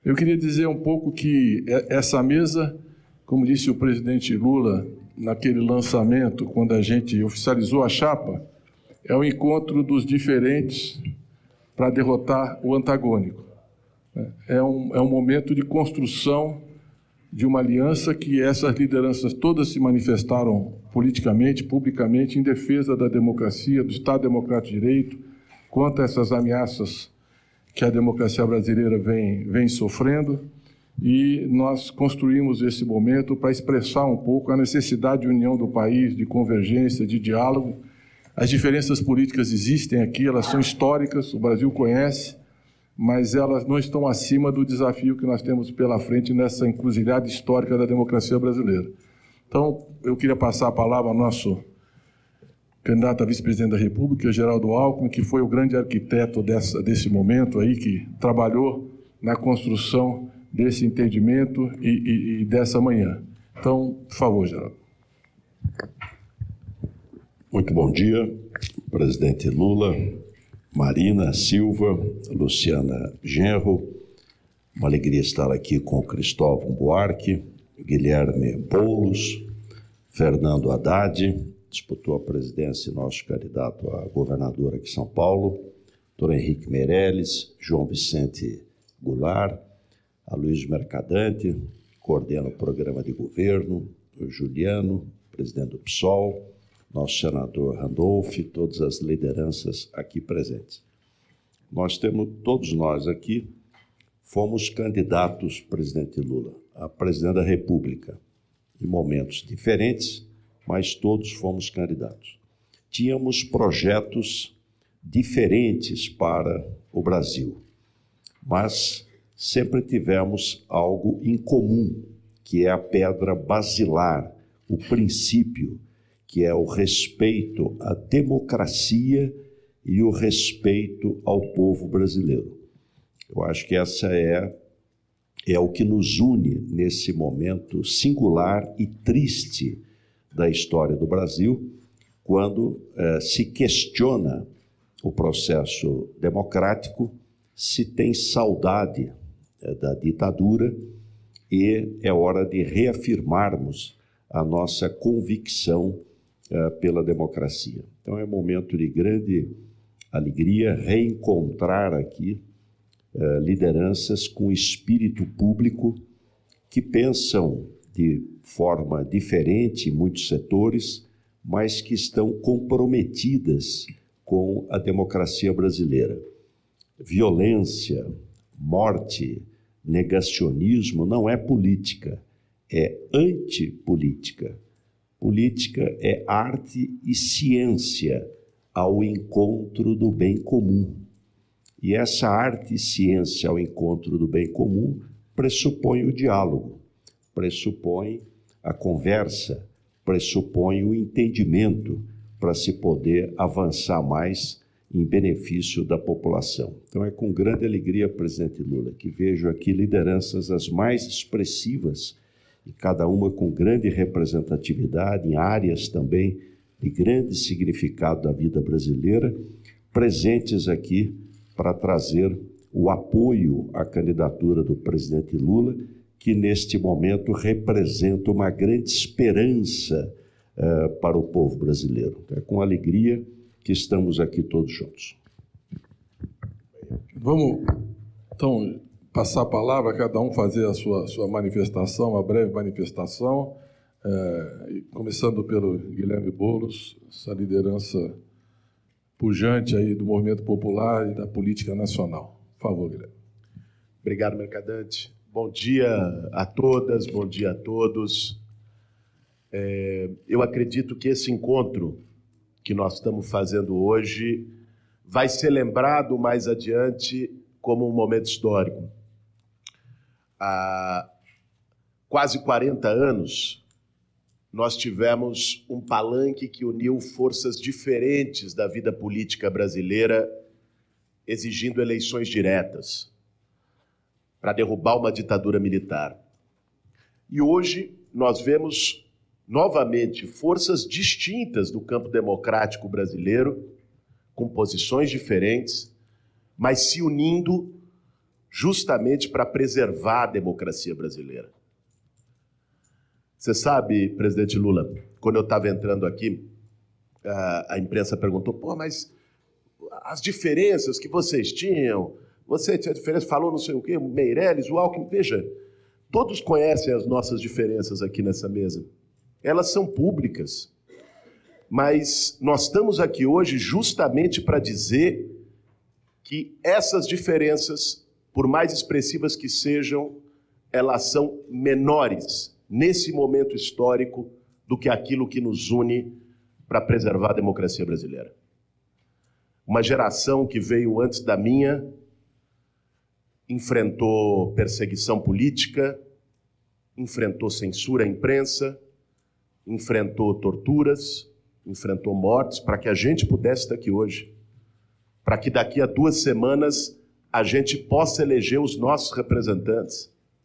Eu queria dizer um pouco que essa mesa, como disse o presidente Lula naquele lançamento, quando a gente oficializou a chapa, é o encontro dos diferentes para derrotar o antagônico. É um momento de construção de uma aliança que essas lideranças todas se manifestaram politicamente, publicamente, em defesa da democracia, do Estado Democrático de Direito, contra essas ameaças que a democracia brasileira vem sofrendo, e nós construímos esse momento para expressar um pouco a necessidade de união do país, de convergência, de diálogo. As diferenças políticas existem aqui, elas são históricas, o Brasil conhece, mas elas não estão acima do desafio que nós temos pela frente nessa encruzilhada histórica da democracia brasileira. Então, eu queria passar a palavra ao nosso candidato a vice-presidente da República, Geraldo Alckmin, que foi o grande arquiteto desse momento aí, que trabalhou na construção desse entendimento e dessa manhã. Então, por favor, Geraldo. Muito bom dia, presidente Lula, Marina Silva, Luciana Genro. Uma alegria estar aqui com o Cristóvão Buarque, Guilherme Boulos, Fernando Haddad, disputou a presidência nosso candidato a governador aqui em São Paulo, doutor Henrique Meirelles, João Vicente Goulart, Aloysio Mercadante, coordena o programa de governo, o Juliano, presidente do PSOL, nosso senador Randolph, todas as lideranças aqui presentes. Todos nós aqui fomos candidatos, presidente Lula, a presidente da República, em momentos diferentes, mas todos fomos candidatos. Tínhamos projetos diferentes para o Brasil, mas sempre tivemos algo em comum, que é a pedra basilar, o princípio, que é o respeito à democracia e o respeito ao povo brasileiro. Eu acho que essa é o que nos une nesse momento singular e triste da história do Brasil, quando se questiona o processo democrático, se tem saudade da ditadura, e é hora de reafirmarmos a nossa convicção pela democracia. Então é um momento de grande alegria reencontrar aqui lideranças com espírito público que pensam de forma diferente em muitos setores, mas que estão comprometidas com a democracia brasileira. Violência, morte, negacionismo não é política, é antipolítica. Política é arte e ciência ao encontro do bem comum. E essa arte e ciência ao encontro do bem comum pressupõe o diálogo, pressupõe a conversa, pressupõe o entendimento para se poder avançar mais em benefício da população. Então é com grande alegria, presidente Lula, que vejo aqui lideranças as mais expressivas, e cada uma com grande representatividade em áreas também de grande significado da vida brasileira, presentes aqui para trazer o apoio à candidatura do presidente Lula, que neste momento representa uma grande esperança para o povo brasileiro. É com alegria que estamos aqui todos juntos. Vamos, então, passar a palavra, cada um fazer a sua manifestação, uma breve manifestação, começando pelo Guilherme Boulos, essa liderança pujante aí do movimento popular e da política nacional. Por favor, Guilherme. Obrigado, Mercadante. Bom dia a todas, bom dia a todos. Eu acredito que esse encontro que nós estamos fazendo hoje vai ser lembrado mais adiante como um momento histórico. Há quase 40 anos, nós tivemos um palanque que uniu forças diferentes da vida política brasileira, exigindo eleições diretas para derrubar uma ditadura militar. E hoje nós vemos novamente forças distintas do campo democrático brasileiro, com posições diferentes, mas se unindo justamente para preservar a democracia brasileira. Você sabe, presidente Lula, quando eu estava entrando aqui, a imprensa perguntou, mas as diferenças que vocês tinham, você tinha diferença, falou não sei o quê, Meirelles, o Alckmin, veja, todos conhecem as nossas diferenças aqui nessa mesa. Elas são públicas. Mas nós estamos aqui hoje justamente para dizer que essas diferenças, por mais expressivas que sejam, elas são menores nesse momento histórico do que aquilo que nos une para preservar a democracia brasileira. Uma geração que veio antes da minha enfrentou perseguição política, enfrentou censura à imprensa, enfrentou torturas, enfrentou mortes para que a gente pudesse estar aqui hoje, para que daqui a 2 semanas a gente possa eleger os nossos representantes.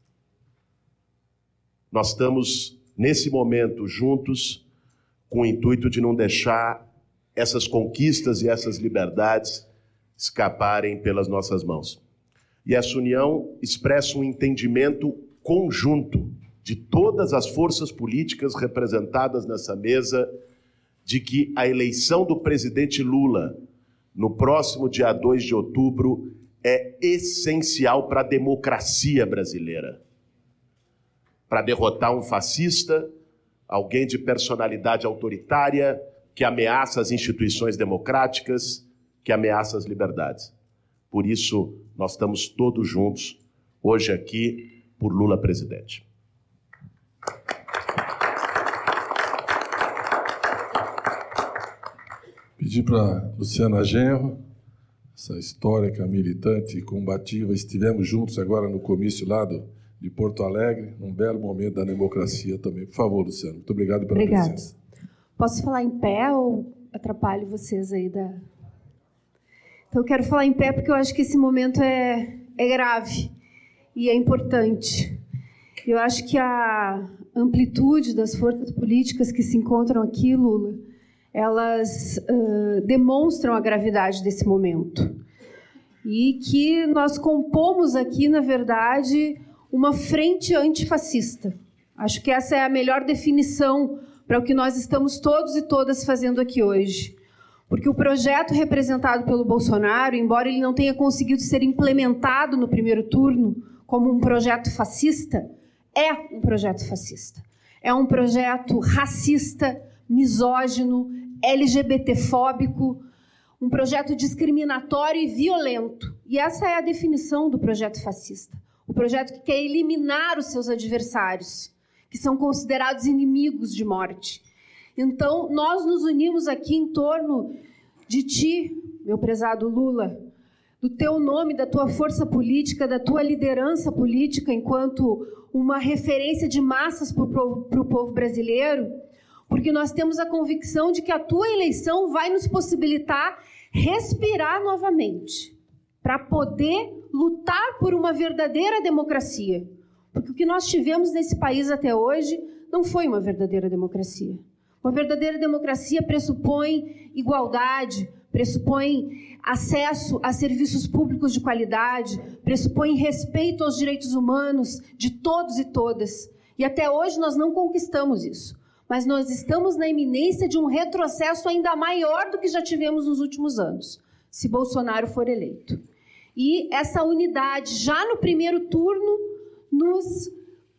Nós estamos, nesse momento, juntos, com o intuito de não deixar essas conquistas e essas liberdades escaparem pelas nossas mãos. E essa união expressa um entendimento conjunto de todas as forças políticas representadas nessa mesa, de que a eleição do presidente Lula, no próximo dia 2 de outubro, é essencial para a democracia brasileira. Para derrotar um fascista, alguém de personalidade autoritária, que ameaça as instituições democráticas, que ameaça as liberdades. Por isso, nós estamos todos juntos, hoje aqui, por Lula presidente. Pedir para Luciana Genro, essa histórica, militante e combativa, estivemos juntos agora no comício lá de Porto Alegre, num belo momento da democracia também. Por favor, Luciana, muito obrigado pela presença. Posso falar em pé ou atrapalho vocês aí da... Então, eu quero falar em pé porque eu acho que esse momento é grave e é importante. Eu acho que a amplitude das forças políticas que se encontram aqui, Lula, elas demonstram a gravidade desse momento. E que nós compomos aqui, na verdade, uma frente antifascista. Acho que essa é a melhor definição para o que nós estamos todos e todas fazendo aqui hoje. Porque o projeto representado pelo Bolsonaro, embora ele não tenha conseguido ser implementado no primeiro turno como um projeto fascista, é um projeto fascista. É um projeto racista, misógino, LGBTfóbico, um projeto discriminatório e violento. E essa é a definição do projeto fascista. O projeto que quer eliminar os seus adversários, que são considerados inimigos de morte. Então, nós nos unimos aqui em torno de ti, meu prezado Lula, do teu nome, da tua força política, da tua liderança política enquanto uma referência de massas para o povo brasileiro, porque nós temos a convicção de que a tua eleição vai nos possibilitar respirar novamente, para poder lutar por uma verdadeira democracia. Porque o que nós tivemos nesse país até hoje não foi uma verdadeira democracia. Uma verdadeira democracia pressupõe igualdade, pressupõe acesso a serviços públicos de qualidade, pressupõe respeito aos direitos humanos de todos e todas. E até hoje nós não conquistamos isso. Mas nós estamos na iminência de um retrocesso ainda maior do que já tivemos nos últimos anos, se Bolsonaro for eleito. E essa unidade, já no primeiro turno, nos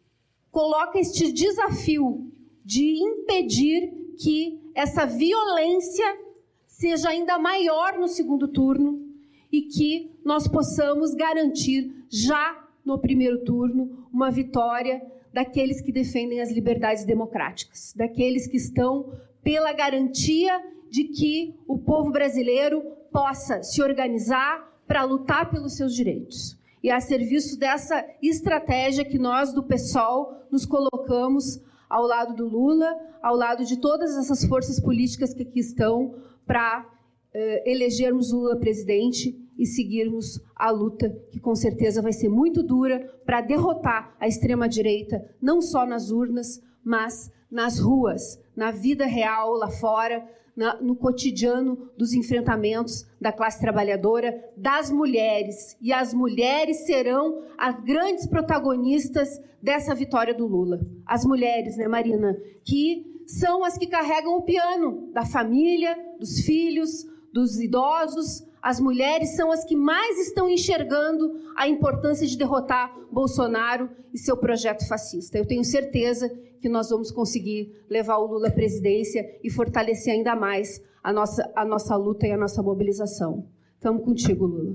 coloca este desafio de impedir que essa violência seja ainda maior no segundo turno e que nós possamos garantir, já no primeiro turno, uma vitória daqueles que defendem as liberdades democráticas, daqueles que estão pela garantia de que o povo brasileiro possa se organizar para lutar pelos seus direitos. E é a serviço dessa estratégia que nós, do PSOL, nos colocamos ao lado do Lula, ao lado de todas essas forças políticas que aqui estão, para elegermos o Lula presidente e seguirmos a luta, que com certeza vai ser muito dura, para derrotar a extrema-direita, não só nas urnas, mas nas ruas, na vida real lá fora, no cotidiano dos enfrentamentos da classe trabalhadora, das mulheres. E as mulheres serão as grandes protagonistas dessa vitória do Lula. As mulheres, né, Marina? Que são as que carregam o piano da família, dos filhos, dos idosos. As mulheres são as que mais estão enxergando a importância de derrotar Bolsonaro e seu projeto fascista. Eu tenho certeza que nós vamos conseguir levar o Lula à presidência e fortalecer ainda mais a nossa luta e a nossa mobilização. Estamos contigo, Lula.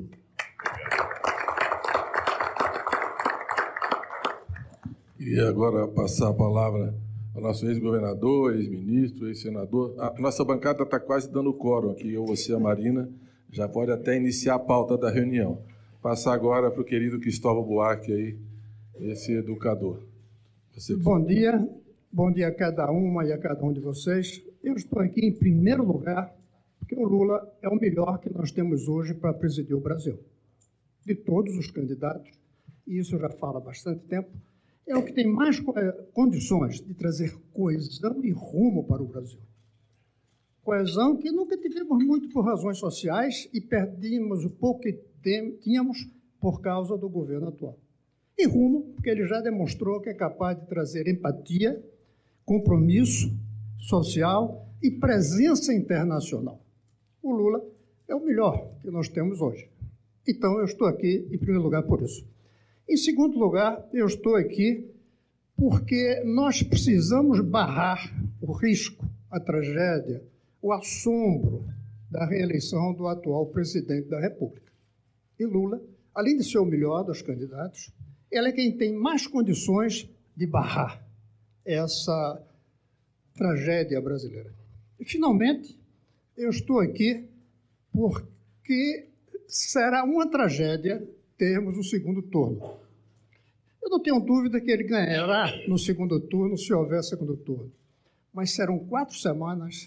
Queria agora passar a palavra ao nosso ex-governador, ex-ministro, ex-senador. A nossa bancada está quase dando quórum aqui, eu, você e a Marina. Já pode até iniciar a pauta da reunião. Passar agora para o querido Cristóvão Buarque, aí, esse educador. Bom dia a cada uma e a cada um de vocês. Eu estou aqui em primeiro lugar porque o Lula é o melhor que nós temos hoje para presidir o Brasil. De todos os candidatos, e isso já fala há bastante tempo, é o que tem mais condições de trazer coesão e rumo para o Brasil. Coesão que nunca tivemos muito por razões sociais e perdemos o pouco que tínhamos por causa do governo atual. E rumo, porque ele já demonstrou que é capaz de trazer empatia, compromisso social e presença internacional. O Lula é o melhor que nós temos hoje. Então, eu estou aqui, em primeiro lugar, por isso. Em segundo lugar, eu estou aqui porque nós precisamos barrar o risco, a tragédia, o assombro da reeleição do atual presidente da República. E Lula, além de ser o melhor dos candidatos, ele é quem tem mais condições de barrar essa tragédia brasileira. E, finalmente, eu estou aqui porque será uma tragédia termos o segundo turno. Eu não tenho dúvida que ele ganhará no segundo turno, se houver segundo turno. Mas serão 4 semanas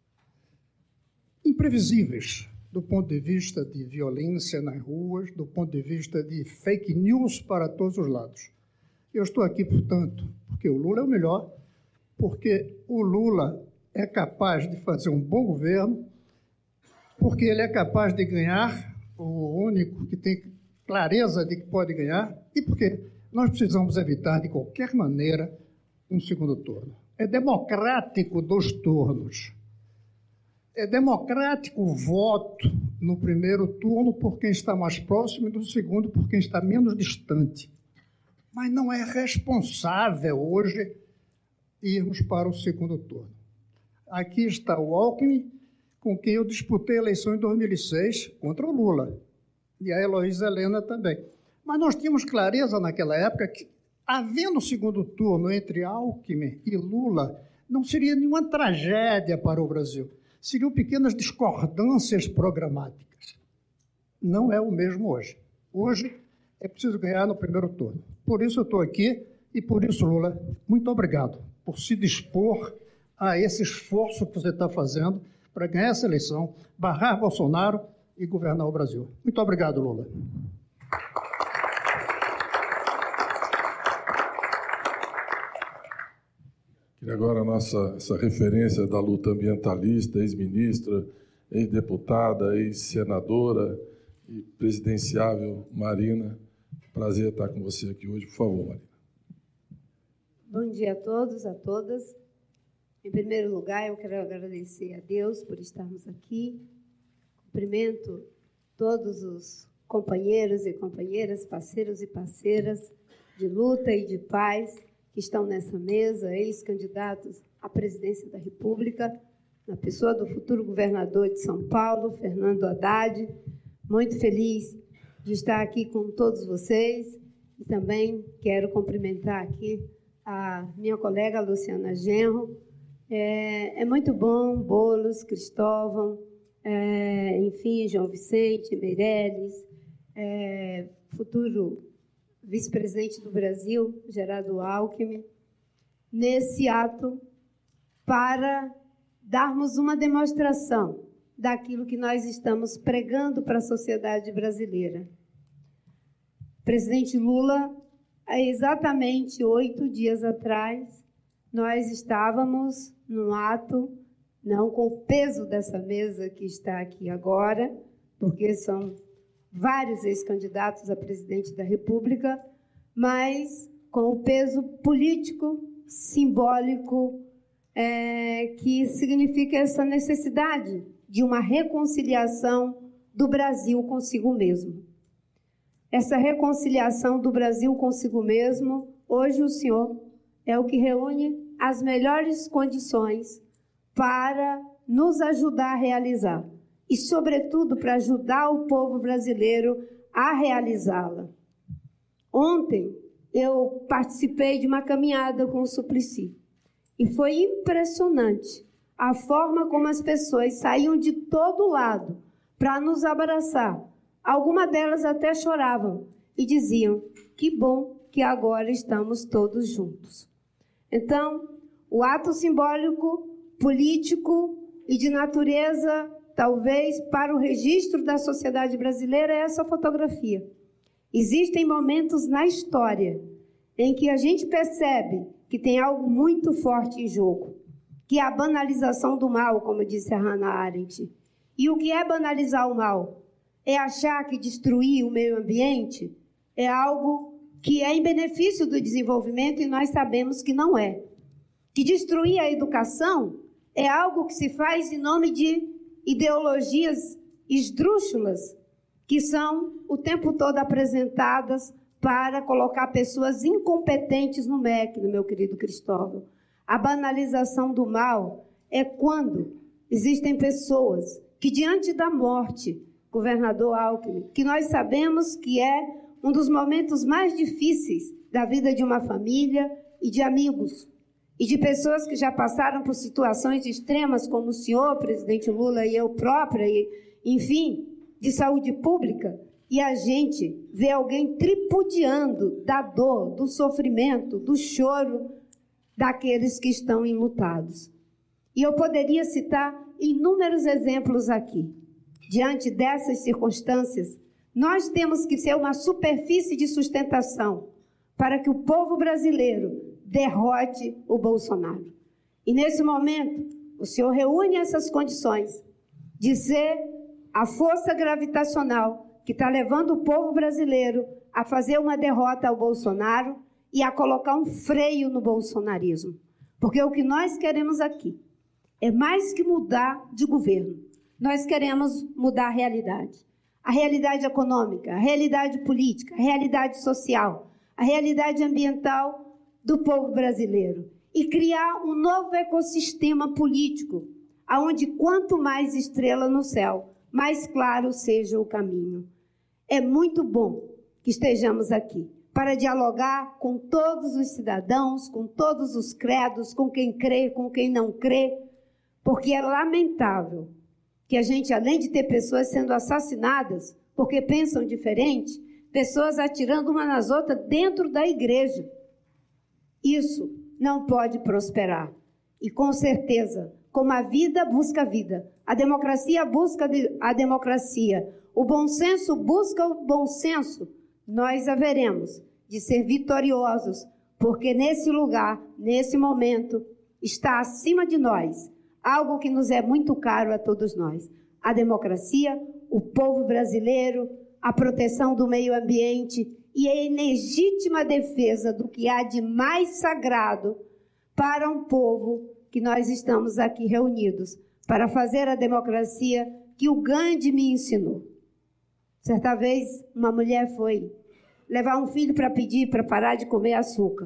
imprevisíveis do ponto de vista de violência nas ruas, do ponto de vista de fake news para todos os lados. Eu estou aqui, portanto, porque o Lula é o melhor, porque o Lula é capaz de fazer um bom governo, porque ele é capaz de ganhar, o único que tem clareza de que pode ganhar, e porque nós precisamos evitar, de qualquer maneira, um segundo turno. É democrático 2 turnos. É democrático o voto no primeiro turno por quem está mais próximo e no segundo por quem está menos distante. Mas não é responsável hoje irmos para o segundo turno. Aqui está o Alckmin, com quem eu disputei a eleição em 2006 contra o Lula, e a Heloísa Helena também. Mas nós tínhamos clareza naquela época que, havendo segundo turno entre Alckmin e Lula, não seria nenhuma tragédia para o Brasil. Seriam pequenas discordâncias programáticas. Não é o mesmo hoje. Hoje é preciso ganhar no primeiro turno. Por isso eu estou aqui e por isso, Lula, muito obrigado por se dispor a esse esforço que você está fazendo para ganhar essa eleição, barrar Bolsonaro e governar o Brasil. Muito obrigado, Lula. Queria agora essa referência da luta ambientalista, ex-ministra, ex-deputada, ex-senadora e presidenciável Marina. Prazer estar com você aqui hoje. Por favor, Marina. Bom dia a todos, a todas. Em primeiro lugar, eu quero agradecer a Deus por estarmos aqui. Cumprimento todos os companheiros e companheiras, parceiros e parceiras de luta e de paz que estão nessa mesa, ex-candidatos à presidência da República, na pessoa do futuro governador de São Paulo, Fernando Haddad. Muito feliz de estar aqui com todos vocês e também quero cumprimentar aqui a minha colega Luciana Genro. É muito bom, Boulos, Cristóvão, enfim, João Vicente, Meirelles, futuro vice-presidente do Brasil, Gerardo Alckmin, nesse ato para darmos uma demonstração daquilo que nós estamos pregando para a sociedade brasileira. Presidente Lula, há exatamente 8 dias atrás, nós estávamos num ato não com o peso dessa mesa que está aqui agora, porque são vários ex-candidatos a presidente da República, mas com o peso político, simbólico, que significa essa necessidade de uma reconciliação do Brasil consigo mesmo. Essa reconciliação do Brasil consigo mesmo, hoje o senhor é o que reúne as melhores condições para nos ajudar a realizar e, sobretudo, para ajudar o povo brasileiro a realizá-la. Ontem, eu participei de uma caminhada com o Suplicy e foi impressionante a forma como as pessoas saíam de todo lado para nos abraçar. Algumas delas até choravam e diziam: que bom que agora estamos todos juntos. Então, o ato simbólico, político e de natureza, talvez, para o registro da sociedade brasileira, é essa fotografia. Existem momentos na história em que a gente percebe que tem algo muito forte em jogo, que é a banalização do mal, como disse a Hannah Arendt. E o que é banalizar o mal? É achar que destruir o meio ambiente é algo que é em benefício do desenvolvimento, e nós sabemos que não é. Que destruir a educação é algo que se faz em nome de ideologias esdrúxulas, que são o tempo todo apresentadas para colocar pessoas incompetentes no MEC, meu querido Cristóvão. A banalização do mal é quando existem pessoas que, diante da morte, governador Alckmin, que nós sabemos que é um dos momentos mais difíceis da vida de uma família e de amigos, e de pessoas que já passaram por situações extremas, como o senhor, presidente Lula, e eu própria, e, enfim, de saúde pública, e a gente vê alguém tripudiando da dor, do sofrimento, do choro daqueles que estão enlutados. E eu poderia citar inúmeros exemplos aqui. Diante dessas circunstâncias, nós temos que ser uma superfície de sustentação para que o povo brasileiro derrote o Bolsonaro. E nesse momento, o senhor reúne essas condições de ser a força gravitacional que está levando o povo brasileiro a fazer uma derrota ao Bolsonaro e a colocar um freio no bolsonarismo. Porque o que nós queremos aqui é mais que mudar de governo. Nós queremos mudar a realidade econômica, a realidade política, a realidade social, a realidade ambiental do povo brasileiro e criar um novo ecossistema político, onde quanto mais estrela no céu, mais claro seja o caminho. É muito bom que estejamos aqui para dialogar com todos os cidadãos, com todos os credos, com quem crê, com quem não crê, porque é lamentável que a gente, além de ter pessoas sendo assassinadas porque pensam diferente, pessoas atirando uma nas outras dentro da igreja. Isso não pode prosperar. E com certeza, como a vida busca a vida, a democracia busca a democracia, o bom senso busca o bom senso, nós haveremos de ser vitoriosos, porque nesse lugar, nesse momento, está acima de nós algo que nos é muito caro a todos nós: a democracia, o povo brasileiro, a proteção do meio ambiente e a ilegítima defesa do que há de mais sagrado para um povo que nós estamos aqui reunidos para fazer a democracia que o Gandhi me ensinou. Certa vez, uma mulher foi levar um filho para pedir para parar de comer açúcar.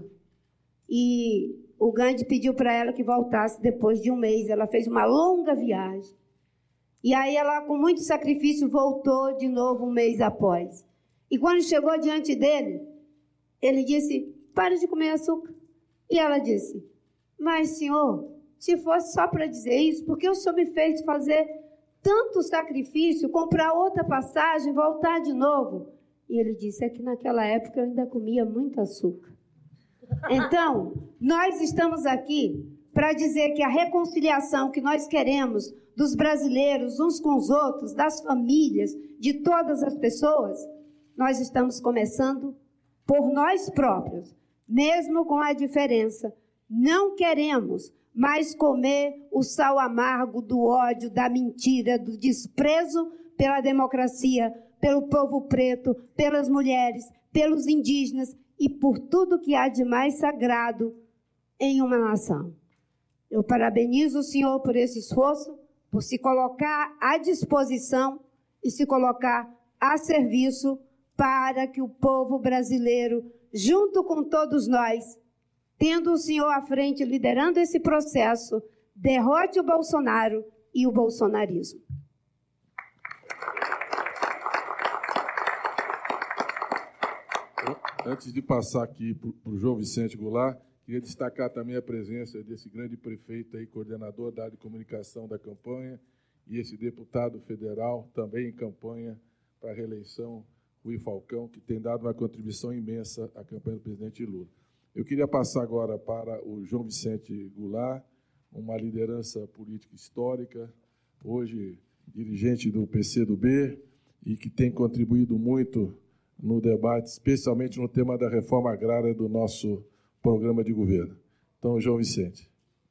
E o Gandhi pediu para ela que voltasse depois de um mês. Ela fez uma longa viagem. E aí ela, com muito sacrifício, voltou de novo um mês após. E quando chegou diante dele, ele disse: pare de comer açúcar. E ela disse: mas, senhor, se fosse só para dizer isso, por que o senhor me fez fazer tanto sacrifício, comprar outra passagem, voltar de novo? E ele disse: é que naquela época eu ainda comia muito açúcar. Então, nós estamos aqui para dizer que a reconciliação que nós queremos dos brasileiros uns com os outros, das famílias, de todas as pessoas, nós estamos começando por nós próprios, mesmo com a diferença. Não queremos mais comer o sal amargo do ódio, da mentira, do desprezo pela democracia, pelo povo preto, pelas mulheres, pelos indígenas e por tudo que há de mais sagrado em uma nação. Eu parabenizo o senhor por esse esforço, por se colocar à disposição e se colocar a serviço para que o povo brasileiro, junto com todos nós, tendo o senhor à frente, liderando esse processo, derrote o Bolsonaro e o bolsonarismo. Antes de passar aqui para o João Vicente Goulart, queria destacar também a presença desse grande prefeito aí, coordenador da área de comunicação da campanha, e esse deputado federal, também em campanha para a reeleição, Rui Falcão, que tem dado uma contribuição imensa à campanha do presidente Lula. Eu queria passar agora para o João Vicente Goulart, uma liderança política histórica, hoje dirigente do PCdoB, e que tem contribuído muito no debate, especialmente no tema da reforma agrária do nosso programa de governo. Então, João Vicente.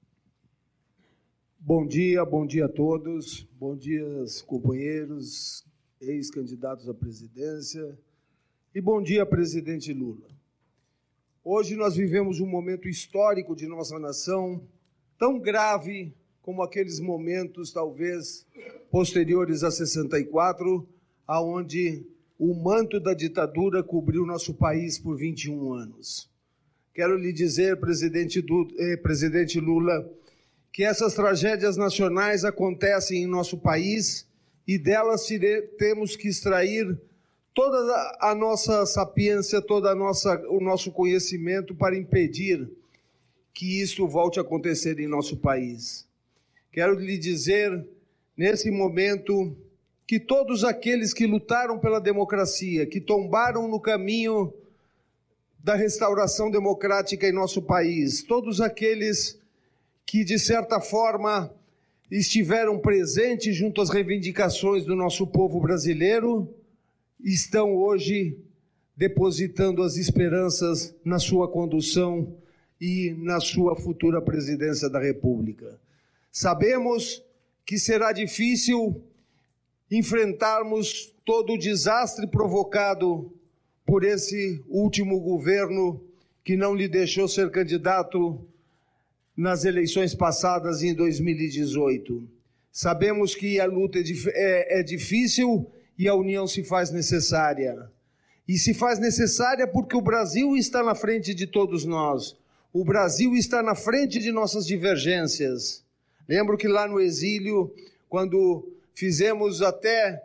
Bom dia a todos. Bom dia, companheiros, ex-candidatos à presidência. E bom dia, presidente Lula. Hoje nós vivemos um momento histórico de nossa nação, tão grave como aqueles momentos, talvez, posteriores a 64, aonde o manto da ditadura cobriu nosso país por 21 anos. Quero lhe dizer, presidente Lula, que essas tragédias nacionais acontecem em nosso país e delas temos que extrair toda a nossa sapiência, o nosso conhecimento para impedir que isso volte a acontecer em nosso país. Quero lhe dizer, nesse momento, que todos aqueles que lutaram pela democracia, que tombaram no caminho da restauração democrática em nosso país, todos aqueles que, de certa forma, estiveram presentes junto às reivindicações do nosso povo brasileiro, estão hoje depositando as esperanças na sua condução e na sua futura presidência da República. Sabemos que será difícil enfrentarmos todo o desastre provocado por esse último governo que não lhe deixou ser candidato nas eleições passadas em 2018. Sabemos que a luta é difícil e a união se faz necessária. E se faz necessária porque o Brasil está na frente de todos nós. O Brasil está na frente de nossas divergências. Lembro que lá no exílio, quando fizemos até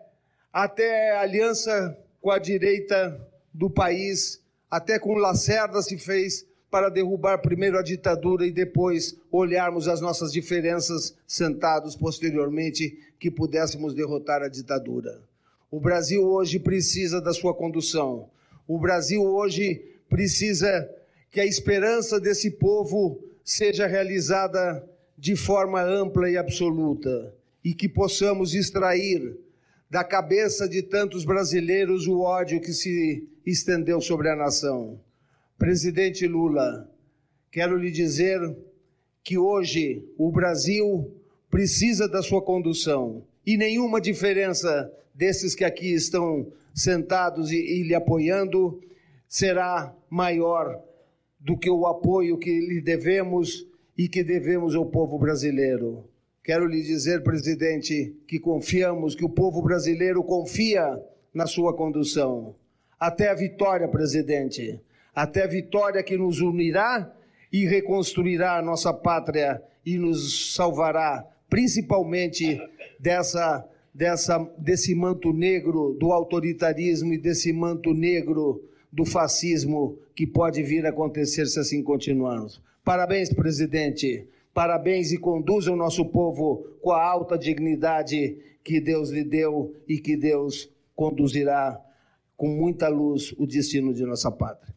aliança com a direita do país, até com Lacerda se fez para derrubar primeiro a ditadura e depois olharmos as nossas diferenças sentados posteriormente que pudéssemos derrotar a ditadura. O Brasil hoje precisa da sua condução. O Brasil hoje precisa que a esperança desse povo seja realizada de forma ampla e absoluta e que possamos extrair da cabeça de tantos brasileiros o ódio que se estendeu sobre a nação. Presidente Lula, quero lhe dizer que hoje o Brasil precisa da sua condução e nenhuma diferença desses que aqui estão sentados e lhe apoiando será maior do que o apoio que lhe devemos e que devemos ao povo brasileiro. Quero lhe dizer, presidente, que confiamos, que o povo brasileiro confia na sua condução. Até a vitória, presidente. Até a vitória que nos unirá e reconstruirá a nossa pátria e nos salvará, principalmente desse manto negro do autoritarismo e desse manto negro do fascismo que pode vir a acontecer se assim continuarmos. Parabéns, presidente. Parabéns e conduza o nosso povo com a alta dignidade que Deus lhe deu e que Deus conduzirá com muita luz o destino de nossa pátria.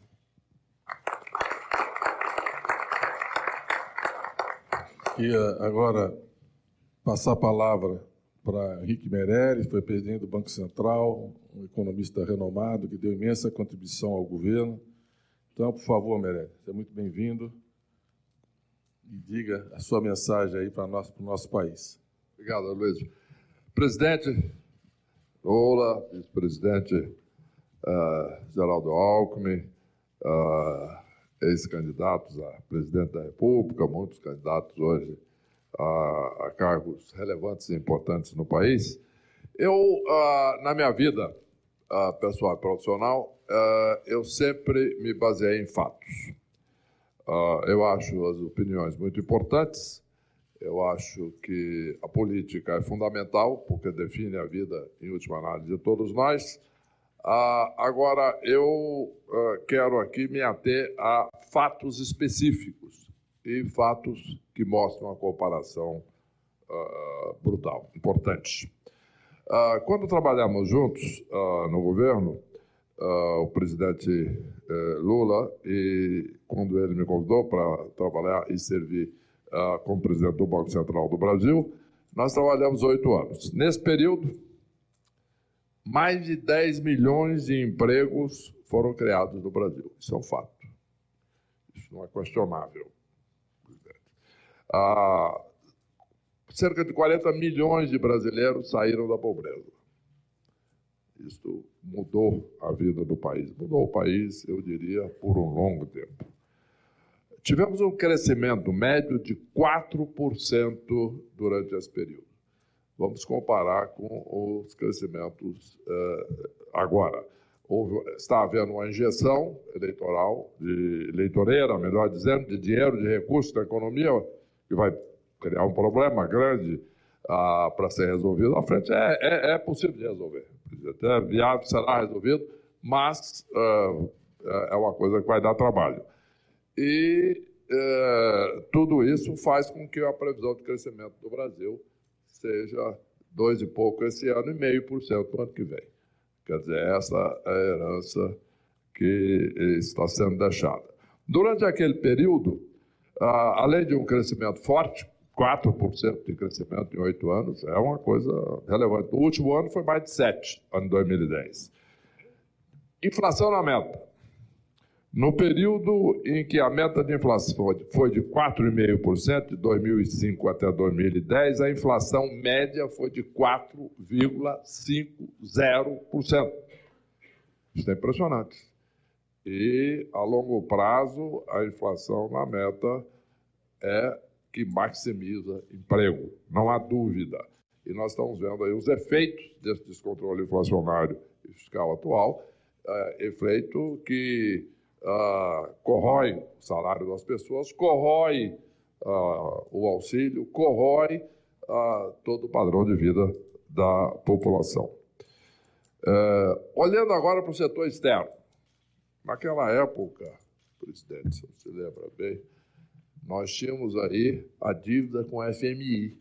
E agora passar a palavra para Henrique Meirelles, foi presidente do Banco Central, um economista renomado que deu imensa contribuição ao governo. Então, por favor, Meirelles, seja muito bem-vindo. e diga a sua mensagem aí para o nosso país. Obrigado, Luiz. Presidente Lula, vice-presidente Geraldo Alckmin, ex-candidatos a presidente da República, muitos candidatos hoje a cargos relevantes e importantes no país. Eu, na minha vida pessoal e profissional, eu sempre me baseei em fatos. Eu acho as opiniões muito importantes. Eu acho que a política é fundamental, porque define a vida, em última análise, de todos nós. Agora, eu quero aqui me ater a fatos específicos e fatos que mostram uma comparação brutal, importante. Quando trabalhamos juntos no governo, o presidente Lula, e quando ele me convidou para trabalhar e servir como presidente do Banco Central do Brasil, nós trabalhamos 8 anos. Nesse período, mais de 10 milhões de empregos foram criados no Brasil. Isso é um fato. Isso não é questionável. Cerca de 40 milhões de brasileiros saíram da pobreza. Isso mudou a vida do país. Mudou o país, eu diria, por um longo tempo. Tivemos um crescimento médio de 4% durante esse período. Vamos comparar com os crescimentos agora. Está havendo uma injeção eleitoreira, melhor dizendo, de dinheiro, de recursos da economia, que vai criar um problema grande para ser resolvido à frente. É possível de resolver. Até viável será resolvido, mas é uma coisa que vai dar trabalho. E tudo isso faz com que a previsão de crescimento do Brasil seja 2 e pouco esse ano e 0,5% no ano que vem. Quer dizer, essa é a herança que está sendo deixada. Durante aquele período, além de um crescimento forte, 4% de crescimento em 8 anos, é uma coisa relevante. O último ano foi mais de 7%, ano 2010. Inflação na meta. No período em que a meta de inflação foi de 4,5%, de 2005 até 2010, a inflação média foi de 4,50%. Isso é impressionante. E, a longo prazo, a inflação na meta é que maximiza emprego, não há dúvida. E nós estamos vendo aí os efeitos desse descontrole inflacionário e fiscal atual, efeito que corrói o salário das pessoas, corrói o auxílio, corrói todo o padrão de vida da população. Olhando agora para o setor externo, naquela época, presidente, se você lembra bem, nós tínhamos aí a dívida com a FMI.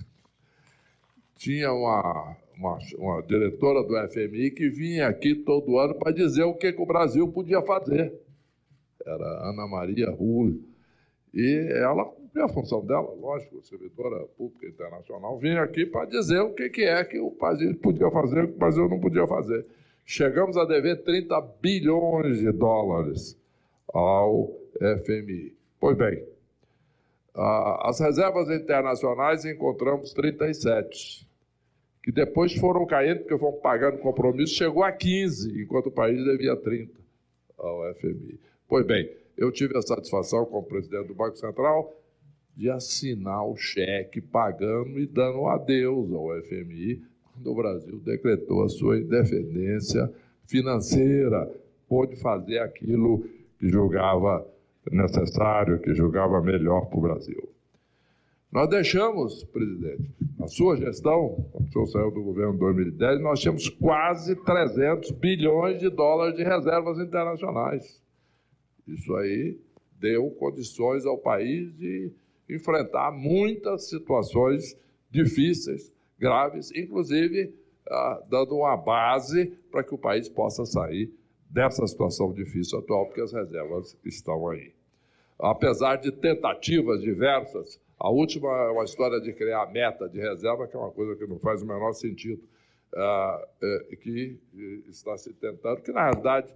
Tinha uma diretora do FMI que vinha aqui todo ano para dizer o que o Brasil podia fazer. Era Ana Maria Rull. E ela cumpria a função dela, lógico, servidora pública internacional, vinha aqui para dizer o que é que o Brasil podia fazer e o que o Brasil não podia fazer. Chegamos a dever 30 bilhões de dólares ao FMI. Pois bem, as reservas internacionais encontramos 37, que depois foram caindo, porque foram pagando compromisso, chegou a 15, enquanto o país devia 30 ao FMI. Pois bem, eu tive a satisfação, como presidente do Banco Central, de assinar o cheque pagando e dando adeus ao FMI, quando o Brasil decretou a sua independência financeira, pôde fazer aquilo que julgava necessário, que julgava melhor para o Brasil. Nós deixamos, presidente, na sua gestão, quando o senhor saiu do governo em 2010, nós tínhamos quase 300 bilhões de dólares de reservas internacionais. Isso aí deu condições ao país de enfrentar muitas situações difíceis, graves, inclusive dando uma base para que o país possa sair dessa situação difícil atual, porque as reservas estão aí. Apesar de tentativas diversas, a última é uma história de criar meta de reserva, que é uma coisa que não faz o menor sentido, que está se tentando, que, na realidade,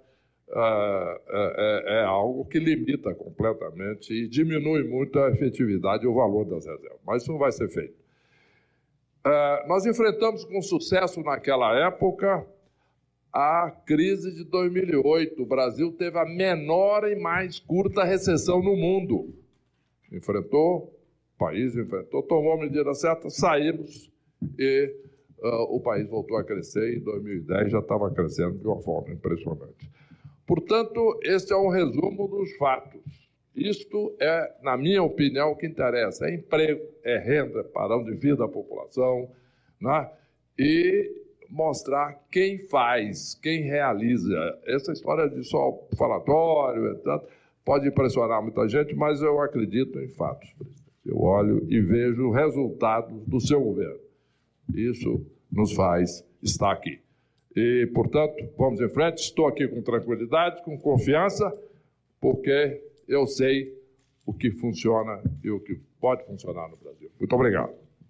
é algo que limita completamente e diminui muito a efetividade e o valor das reservas. Mas isso não vai ser feito. Nós enfrentamos com sucesso naquela época a crise de 2008. O Brasil teve a menor e mais curta recessão no mundo. O país enfrentou, tomou a medida certa, saímos e o país voltou a crescer e em 2010 já estava crescendo de uma forma impressionante. Portanto, esse é um resumo dos fatos. Isto é, na minha opinião, o que interessa. É emprego, é renda, padrão de vida da população, né? E mostrar quem faz, quem realiza. Essa história de só falatório, etc., pode impressionar muita gente, mas eu acredito em fatos, presidente. Eu olho e vejo resultados do seu governo. Isso nos faz estar aqui. E, portanto, vamos em frente. Estou aqui com tranquilidade, com confiança, porque eu sei o que funciona e o que pode funcionar no Brasil. Muito obrigado.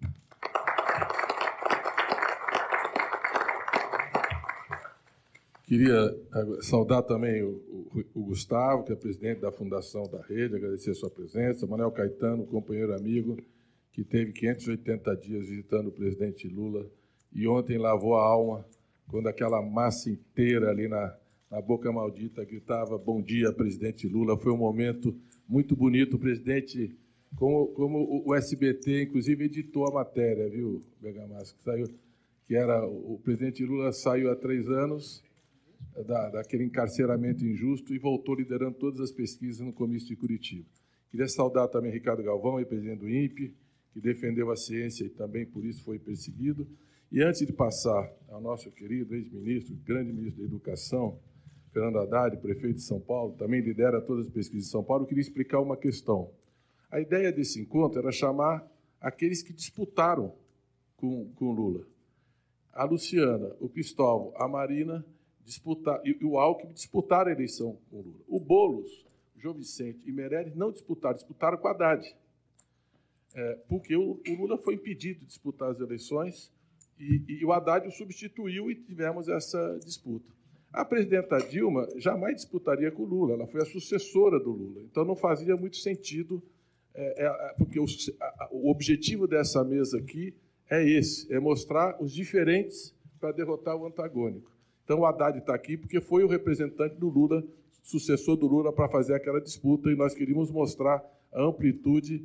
Queria saudar também o Gustavo, que é presidente da Fundação da Rede, agradecer a sua presença, Manuel Caetano, companheiro amigo, que teve 580 dias visitando o presidente Lula e ontem lavou a alma quando aquela massa inteira ali na Boca Maldita gritava "Bom dia, presidente Lula". Foi um momento muito bonito. O presidente, como o SBT, inclusive, editou a matéria, viu, Bergamasco, que era o presidente Lula saiu há 3 anos daquele encarceramento injusto e voltou liderando todas as pesquisas no comício de Curitiba. Queria saudar também Ricardo Galvão, presidente do INPE, que defendeu a ciência e também por isso foi perseguido. E antes de passar ao nosso querido ex-ministro, grande ministro da Educação, Fernando Haddad, prefeito de São Paulo, também lidera todas as pesquisas de São Paulo, eu queria explicar uma questão. A ideia desse encontro era chamar aqueles que disputaram com Lula. A Luciana, o Cristóvão, a Marina e o Alckmin disputaram a eleição com Lula. O Boulos, o João Vicente e Meirelles não disputaram com a Haddad. Porque o Lula foi impedido de disputar as eleições e o Haddad o substituiu e tivemos essa disputa. A presidenta Dilma jamais disputaria com o Lula, ela foi a sucessora do Lula, então não fazia muito sentido, porque o objetivo dessa mesa aqui é esse, é mostrar os diferentes para derrotar o antagônico. Então, o Haddad está aqui porque foi o representante do Lula, sucessor do Lula, para fazer aquela disputa, e nós queríamos mostrar a amplitude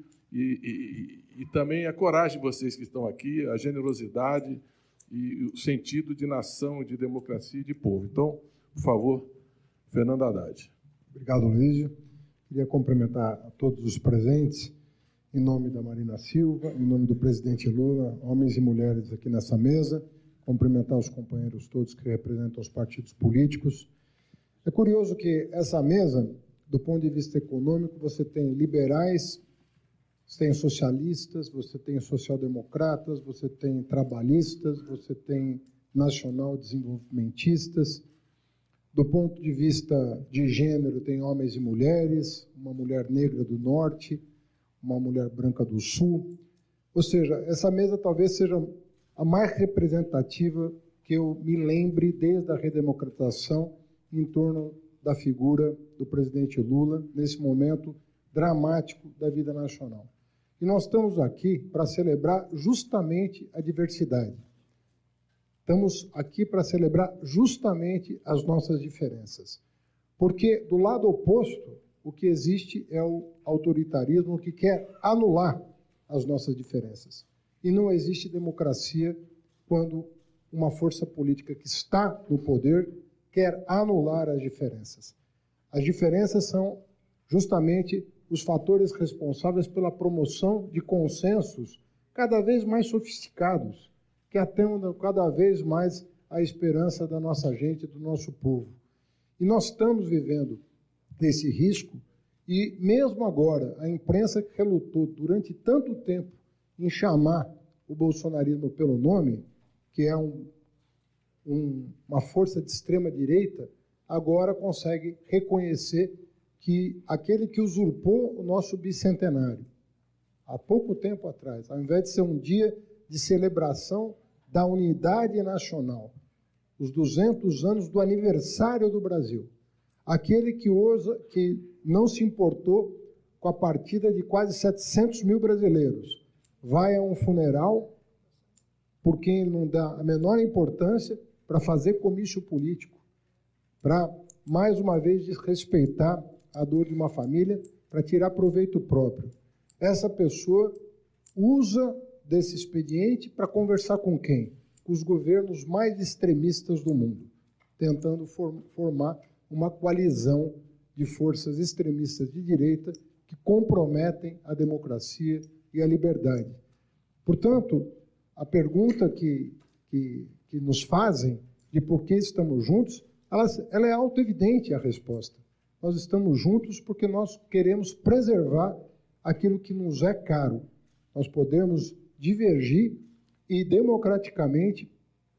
e também a coragem de vocês que estão aqui, a generosidade e o sentido de nação, de democracia e de povo. Então, por favor, Fernando Haddad. Obrigado, Luísio. Queria cumprimentar a todos os presentes, em nome da Marina Silva, em nome do presidente Lula, homens e mulheres aqui nessa mesa, cumprimentar os companheiros todos que representam os partidos políticos. É curioso que essa mesa, do ponto de vista econômico, você tem liberais, você tem socialistas, você tem social-democratas, você tem trabalhistas, você tem nacional-desenvolvimentistas. Do ponto de vista de gênero, tem homens e mulheres, uma mulher negra do norte, uma mulher branca do sul. Ou seja, essa mesa talvez seja a mais representativa que eu me lembre desde a redemocratização em torno da figura do presidente Lula, nesse momento dramático da vida nacional. E nós estamos aqui para celebrar justamente a diversidade. Estamos aqui para celebrar justamente as nossas diferenças. Porque, do lado oposto, o que existe é o autoritarismo que quer anular as nossas diferenças. E não existe democracia quando uma força política que está no poder quer anular as diferenças. As diferenças são justamente os fatores responsáveis pela promoção de consensos cada vez mais sofisticados, que atendam cada vez mais a esperança da nossa gente, do nosso povo. E nós estamos vivendo esse risco, e mesmo agora, a imprensa que relutou durante tanto tempo em chamar o bolsonarismo pelo nome, que é uma força de extrema-direita, agora consegue reconhecer que aquele que usurpou o nosso bicentenário, há pouco tempo atrás, ao invés de ser um dia de celebração da unidade nacional, os 200 anos do aniversário do Brasil, aquele que não se importou com a partida de quase 700 mil brasileiros, vai a um funeral por quem não dá a menor importância para fazer comício político, para, mais uma vez, desrespeitar a dor de uma família, para tirar proveito próprio. Essa pessoa usa desse expediente para conversar com quem? Com os governos mais extremistas do mundo, tentando formar uma coalizão de forças extremistas de direita que comprometem a democracia e a liberdade. Portanto, a pergunta que nos fazem de por que estamos juntos, ela é autoevidente a resposta. Nós estamos juntos porque nós queremos preservar aquilo que nos é caro. Nós podemos divergir e democraticamente,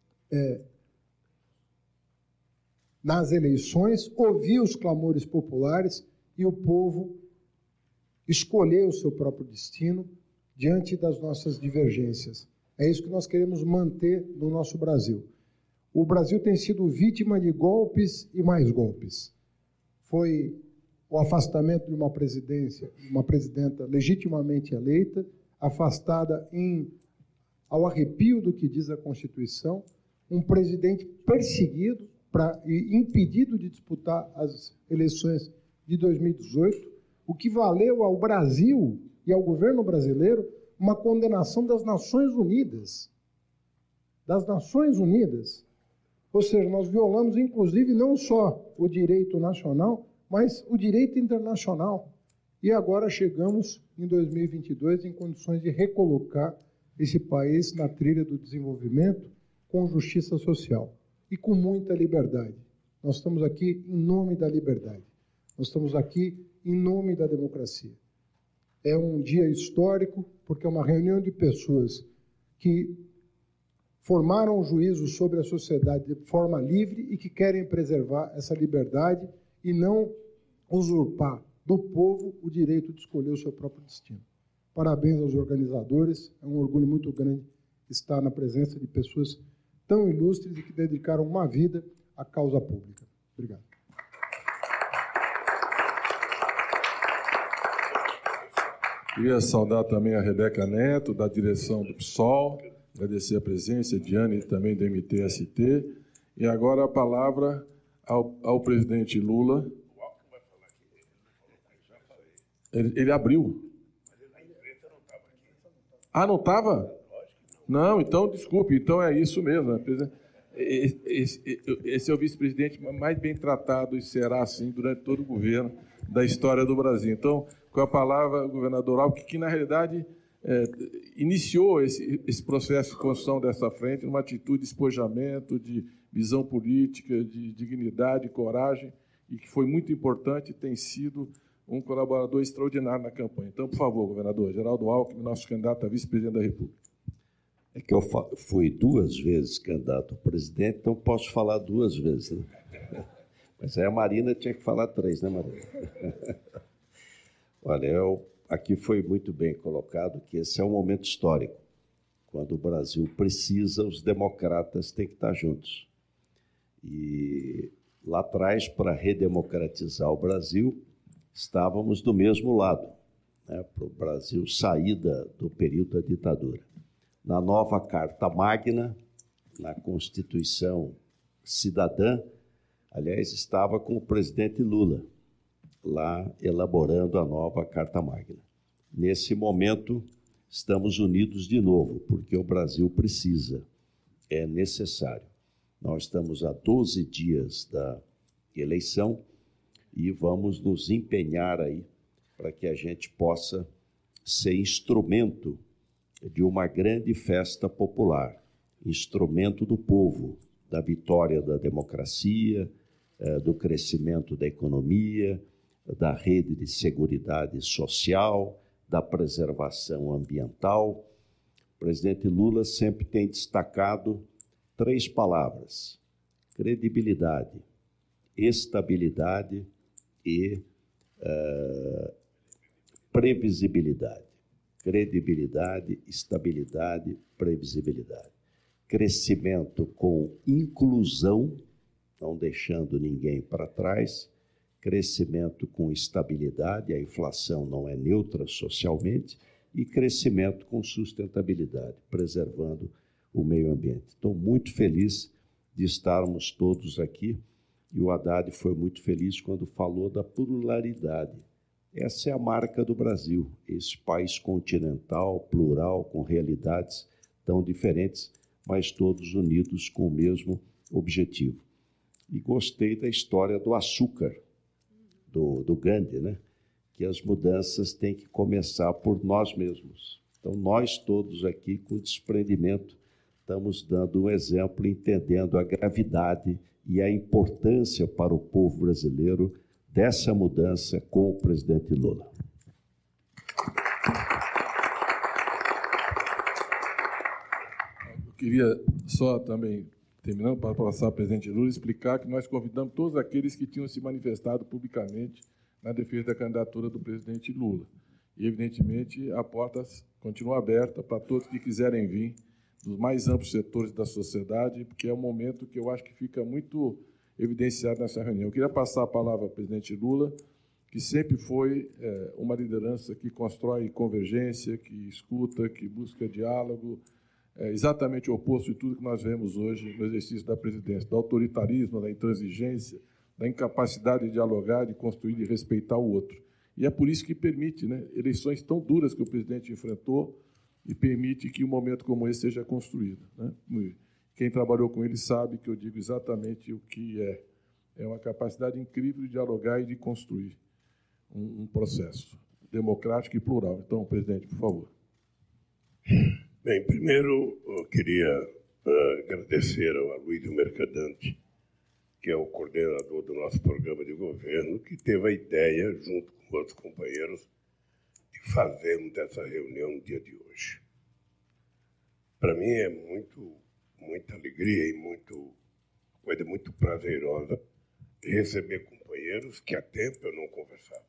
nas eleições, ouvir os clamores populares e o povo escolher o seu próprio destino diante das nossas divergências. É isso que nós queremos manter no nosso Brasil. O Brasil tem sido vítima de golpes e mais golpes. Foi o afastamento de uma presidenta legitimamente eleita, afastada ao arrepio do que diz a Constituição, um presidente perseguido e impedido de disputar as eleições de 2018, o que valeu ao Brasil e ao governo brasileiro uma condenação das Nações Unidas. Das Nações Unidas. Ou seja, nós violamos, inclusive, não só o direito nacional, mas o direito internacional. E agora chegamos, em 2022, em condições de recolocar esse país na trilha do desenvolvimento com justiça social e com muita liberdade. Nós estamos aqui em nome da liberdade. Nós estamos aqui em nome da democracia. É um dia histórico, porque é uma reunião de pessoas que formaram um juízo sobre a sociedade de forma livre e que querem preservar essa liberdade e não usurpar do povo o direito de escolher o seu próprio destino. Parabéns aos organizadores, é um orgulho muito grande estar na presença de pessoas tão ilustres e que dedicaram uma vida à causa pública. Obrigado. Queria saudar também a Rebeca Neto, da direção do PSOL, agradecer a presença, Diane também do MTST, e agora a palavra ao presidente Lula. Ele abriu. Ah, não estava? Não, então, desculpe, então é isso mesmo. Esse é o vice-presidente mais bem tratado e será assim durante todo o governo da história do Brasil. Então, com a palavra, o governador Alckmin, que na realidade iniciou esse processo de construção dessa frente numa atitude de espojamento, de visão política, de dignidade, coragem, e que foi muito importante e tem sido um colaborador extraordinário na campanha. Então, por favor, governador, Geraldo Alckmin, nosso candidato a vice-presidente da República. É que eu fui 2 vezes candidato a presidente, então posso falar 2 vezes, né? Mas aí a Marina tinha que falar 3, né, Marina? Olha, aqui foi muito bem colocado que esse é um momento histórico. Quando o Brasil precisa, os democratas têm que estar juntos. E lá atrás, para redemocratizar o Brasil, estávamos do mesmo lado, né, para o Brasil sair do período da ditadura. Na nova Carta Magna, na Constituição Cidadã, aliás, estava com o presidente Lula, lá elaborando a nova Carta Magna. Nesse momento, estamos unidos de novo, porque o Brasil precisa, é necessário. Nós estamos a 12 dias da eleição e vamos nos empenhar aí para que a gente possa ser instrumento de uma grande festa popular, instrumento do povo, da vitória da democracia, do crescimento da economia, da rede de seguridade social, da preservação ambiental. O presidente Lula sempre tem destacado 3 palavras: credibilidade, estabilidade e previsibilidade. Credibilidade, estabilidade, previsibilidade. Crescimento com inclusão, não deixando ninguém para trás. crescimento com estabilidade, a inflação não é neutra socialmente, e crescimento com sustentabilidade, preservando o meio ambiente. Estou muito feliz de estarmos todos aqui, e o Haddad foi muito feliz quando falou da pluralidade. Essa é a marca do Brasil, esse país continental, plural, com realidades tão diferentes, mas todos unidos com o mesmo objetivo. E gostei da história do açúcar, do Gandhi, né? Que as mudanças têm que começar por nós mesmos. Então, nós todos aqui, com desprendimento, estamos dando um exemplo, entendendo a gravidade e a importância para o povo brasileiro dessa mudança com o presidente Lula. Eu queria só também, terminando, para passar ao presidente Lula, explicar que nós convidamos todos aqueles que tinham se manifestado publicamente na defesa da candidatura do presidente Lula. E, evidentemente, a porta continua aberta para todos que quiserem vir, dos mais amplos setores da sociedade, porque é um momento que eu acho que fica muito evidenciado nessa reunião. Eu queria passar a palavra ao presidente Lula, que sempre foi uma liderança que constrói convergência, que escuta, que busca diálogo, exatamente o oposto de tudo que nós vemos hoje no exercício da presidência, do autoritarismo, da intransigência, da incapacidade de dialogar, de construir e respeitar o outro. E é por isso que permite, né, eleições tão duras que o presidente enfrentou e permite que um momento como esse seja construído, né? Quem trabalhou com ele sabe que eu digo exatamente o que é. É uma capacidade incrível de dialogar e de construir um processo democrático e plural. Então, presidente, por favor. Bem, primeiro eu queria agradecer ao Aloysio Mercadante, que é o coordenador do nosso programa de governo, que teve a ideia, junto com outros companheiros, de fazermos essa reunião no dia de hoje. Para mim é muita alegria e coisa muito prazerosa de receber companheiros que há tempo eu não conversava.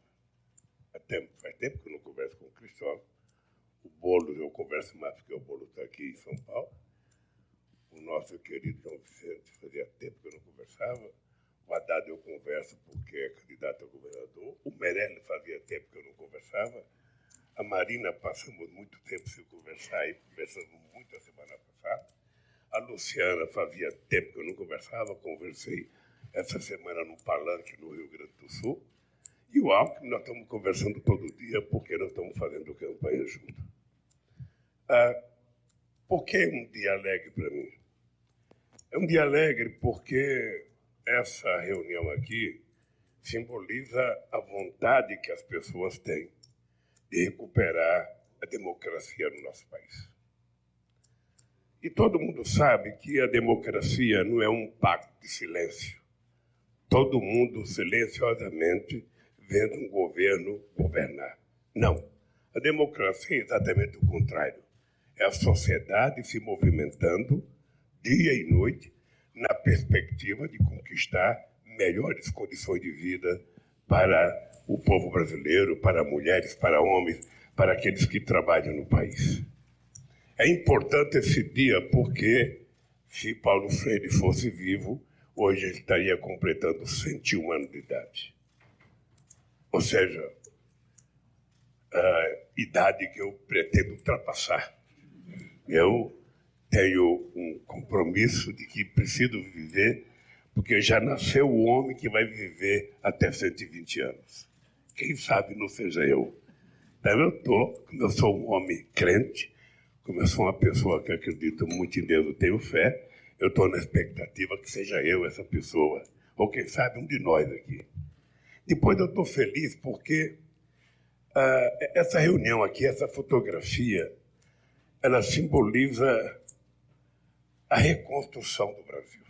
Faz tempo que eu não converso com o Cristóvão. O Boulos eu converso mais porque o Boulos está aqui em São Paulo. O nosso querido João Vicente, fazia tempo que eu não conversava. O Haddad eu converso porque é candidato a governador. O Meirelles fazia tempo que eu não conversava. A Marina passamos muito tempo sem conversar e conversamos muito a semana passada. A Luciana fazia tempo que eu não conversava, conversei essa semana no Palanque, no Rio Grande do Sul. E o Alckmin, nós estamos conversando todo dia porque nós estamos fazendo campanha junto. Por que um dia alegre para mim? É um dia alegre porque essa reunião aqui simboliza a vontade que as pessoas têm de recuperar a democracia no nosso país. E todo mundo sabe que a democracia não é um pacto de silêncio. Todo mundo silenciosamente vendo um governo governar. Não. A democracia é exatamente o contrário. É a sociedade se movimentando dia e noite na perspectiva de conquistar melhores condições de vida para o povo brasileiro, para mulheres, para homens, para aqueles que trabalham no país. É importante esse dia porque, se Paulo Freire fosse vivo, hoje ele estaria completando 101 anos de idade. Ou seja, a idade que eu pretendo ultrapassar. Eu tenho um compromisso de que preciso viver, porque já nasceu o homem que vai viver até 120 anos. Quem sabe não seja eu. Então como eu sou um homem crente, como eu sou uma pessoa que acredita muito em Deus, eu tenho fé, eu estou na expectativa que seja eu essa pessoa, ou quem sabe um de nós aqui. Depois eu estou feliz porque essa reunião aqui, essa fotografia, ela simboliza a reconstrução do Brasil.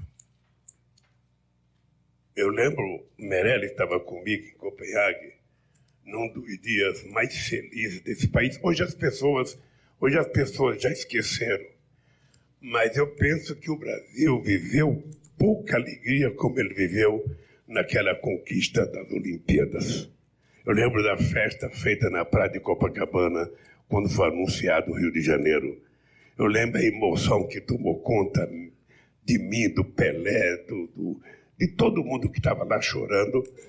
Eu lembro, Meirelles estava comigo em Copenhague, num dos dias mais felizes desse país. Hoje as pessoas já esqueceram, mas eu penso que o Brasil viveu pouca alegria como ele viveu naquela conquista das Olimpíadas. Eu lembro da festa feita na praia de Copacabana, quando foi anunciado o Rio de Janeiro. Eu lembro a emoção que tomou conta de mim, do Pelé, de todo mundo que estava lá chorando.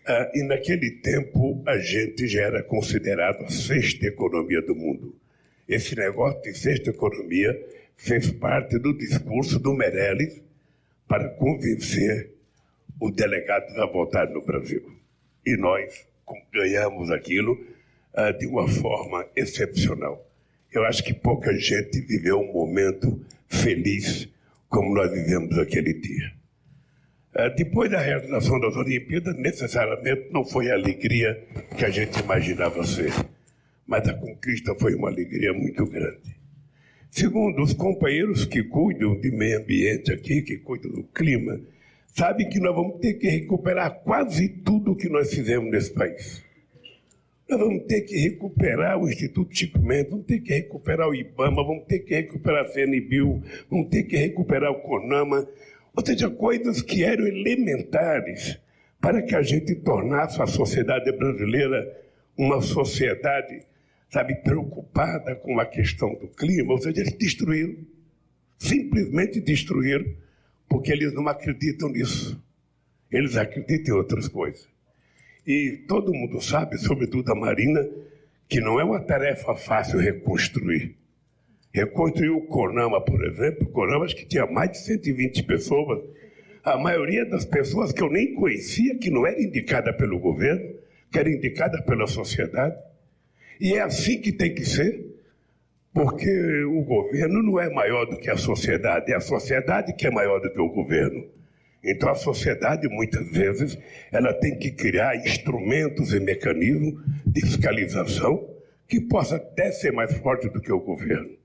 E naquele tempo a gente já era considerado a sexta economia do mundo. Esse negócio de sexta economia fez parte do discurso do Meirelles para convencer os delegados a votar no Brasil. E nós ganhamos aquilo de uma forma excepcional. Eu acho que pouca gente viveu um momento feliz como nós vivemos aquele dia. Depois da realização das Olimpíadas, necessariamente não foi a alegria que a gente imaginava ser, mas a conquista foi uma alegria muito grande. Segundo, os companheiros que cuidam de meio ambiente aqui, que cuidam do clima, sabem que nós vamos ter que recuperar quase tudo que nós fizemos nesse país. Nós vamos ter que recuperar o Instituto Chico Mendes, vamos ter que recuperar o IBAMA, vamos ter que recuperar a CNBio, vamos ter que recuperar o CONAMA, ou seja, coisas que eram elementares para que a gente tornasse a sociedade brasileira uma sociedade, sabe, preocupada com a questão do clima. Ou seja, eles destruíram, simplesmente destruíram, porque eles não acreditam nisso. Eles acreditam em outras coisas. E todo mundo sabe, sobretudo a Marina, que não é uma tarefa fácil reconstruir. Reconstruir o CONAMA, por exemplo, o CONAMA acho que tinha mais de 120 pessoas. A maioria das pessoas que eu nem conhecia, que não era indicada pelo governo, que era indicada pela sociedade. E é assim que tem que ser, porque o governo não é maior do que a sociedade, é a sociedade que é maior do que o governo. Então a sociedade, muitas vezes, ela tem que criar instrumentos e mecanismos de fiscalização que possa até ser mais forte do que o governo.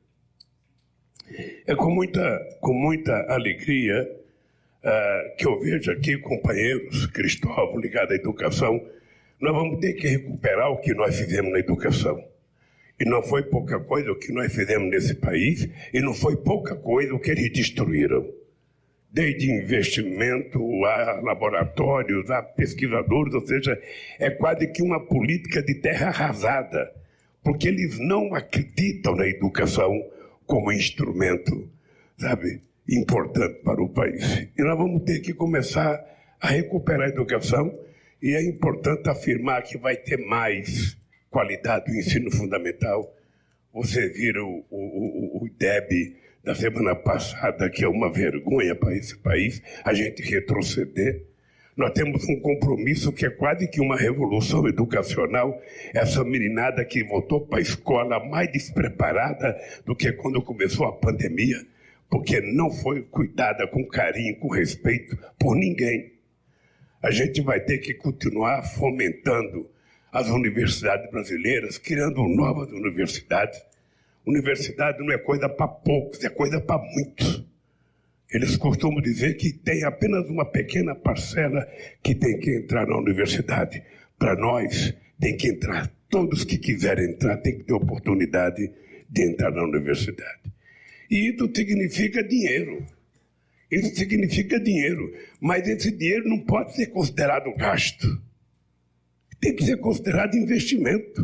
É com muita alegria que eu vejo aqui companheiros, Cristóvão, ligado à educação. Nós vamos ter que recuperar o que nós fizemos na educação. E não foi pouca coisa o que nós fizemos nesse país, e não foi pouca coisa o que eles destruíram. Desde investimento a laboratórios, a pesquisadores, ou seja, é quase que uma política de terra arrasada, porque eles não acreditam na educação como instrumento, sabe, importante para o país. E nós vamos ter que começar a recuperar a educação, e é importante afirmar que vai ter mais qualidade do ensino fundamental. Vocês viram o IDEB da semana passada, que é uma vergonha para esse país, a gente retroceder. Nós temos um compromisso que é quase que uma revolução educacional. Essa meninada que voltou para a escola mais despreparada do que quando começou a pandemia, porque não foi cuidada com carinho, com respeito por ninguém. A gente vai ter que continuar fomentando as universidades brasileiras, criando novas universidades. Universidade não é coisa para poucos, é coisa para muitos. Eles costumam dizer que tem apenas uma pequena parcela que tem que entrar na universidade. Para nós, tem que entrar. Todos que quiserem entrar têm que ter oportunidade de entrar na universidade. E isso significa dinheiro. Isso significa dinheiro. Mas esse dinheiro não pode ser considerado gasto. Tem que ser considerado investimento.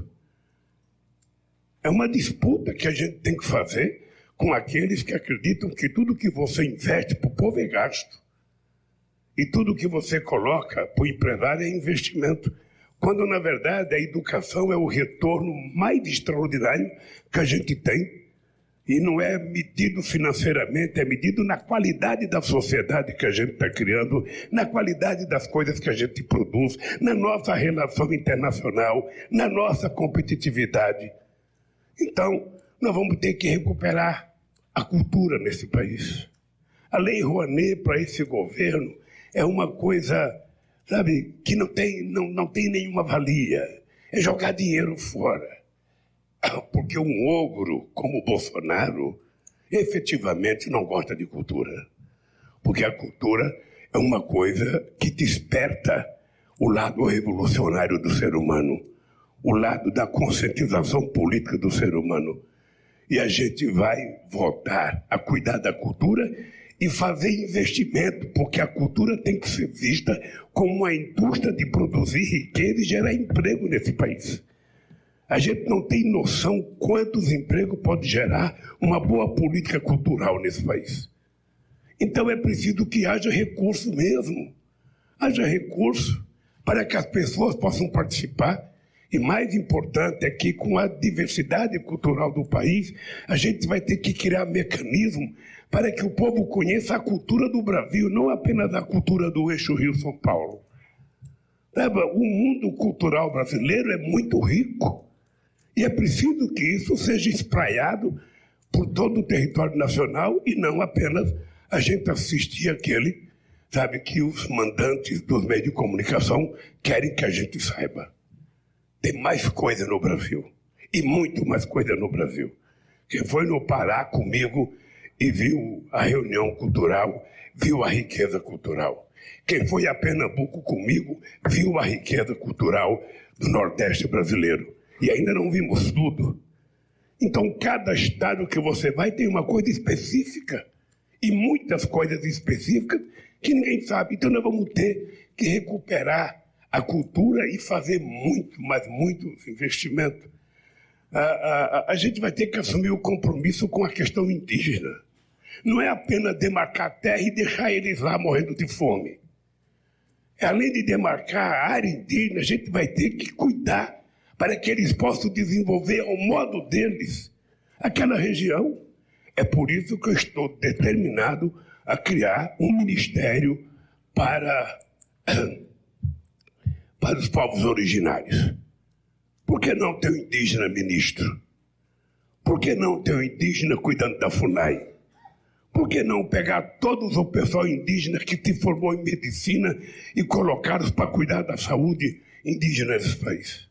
É uma disputa que a gente tem que fazer com aqueles que acreditam que tudo que você investe para o povo é gasto. E tudo que você coloca para o empresário é investimento. Quando, na verdade, a educação é o retorno mais extraordinário que a gente tem. E não é medido financeiramente, é medido na qualidade da sociedade que a gente está criando, na qualidade das coisas que a gente produz, na nossa relação internacional, na nossa competitividade. Então, nós vamos ter que recuperar a cultura nesse país. A Lei Rouanet para esse governo é uma coisa, sabe, que não tem nenhuma valia. É jogar dinheiro fora. Porque um ogro como o Bolsonaro efetivamente não gosta de cultura. Porque a cultura é uma coisa que desperta o lado revolucionário do ser humano, o lado da conscientização política do ser humano. E a gente vai voltar a cuidar da cultura e fazer investimento, porque a cultura tem que ser vista como uma indústria de produzir riqueza e gerar emprego nesse país. A gente não tem noção quantos empregos pode gerar uma boa política cultural nesse país. Então é preciso que haja recurso mesmo. Haja recurso. para que as pessoas possam participar. E mais importante é que, com a diversidade cultural do país, a gente vai ter que criar mecanismos para que o povo conheça a cultura do Brasil, não apenas a cultura do eixo Rio-São Paulo. O mundo cultural brasileiro é muito rico e é preciso que isso seja espraiado por todo o território nacional e não apenas a gente assistir aquele, que os mandantes dos meios de comunicação querem que a gente saiba. Tem mais coisa no Brasil, e muito mais coisa no Brasil. Quem foi no Pará comigo e viu a reunião cultural, viu a riqueza cultural. Quem foi a Pernambuco comigo, viu a riqueza cultural do Nordeste brasileiro. E ainda não vimos tudo. Então, cada estado que você vai tem uma coisa específica, e muitas coisas específicas que ninguém sabe. Então, nós vamos ter que recuperar a cultura e fazer muito, mas muito investimento. A gente vai ter que assumir o compromisso com a questão indígena. Não é apenas demarcar a terra e deixar eles lá morrendo de fome. Além de demarcar a área indígena, a gente vai ter que cuidar para que eles possam desenvolver ao modo deles aquela região. É por isso que eu estou determinado a criar um ministério para os povos originários. Por que não ter um indígena ministro? Por que não ter um indígena cuidando da FUNAI? Por que não pegar todos o pessoal indígena que se formou em medicina e colocá-los para cuidar da saúde indígena desse país?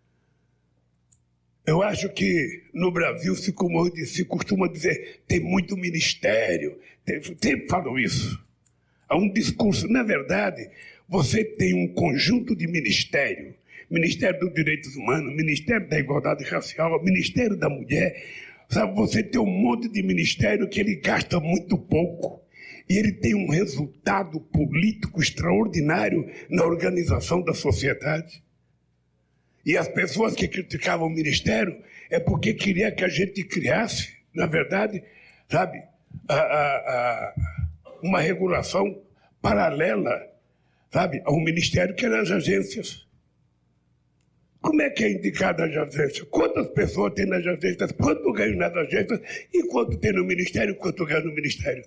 Eu acho que no Brasil se costuma dizer tem muito ministério. Sempre falam isso. Há um discurso. Na verdade, você tem um conjunto de ministérios. Ministério dos Direitos Humanos, Ministério da Igualdade Racial, Ministério da Mulher. Você tem um monte de ministério que ele gasta muito pouco. E ele tem um resultado político extraordinário na organização da sociedade. E as pessoas que criticavam o ministério é porque queria que a gente criasse, na verdade, uma regulação paralela, ao ministério, que eram as agências. Como é que é indicada as agências? Quantas pessoas tem nas agências? Quanto ganham nas agências? E quanto tem no ministério? Quanto ganha no ministério?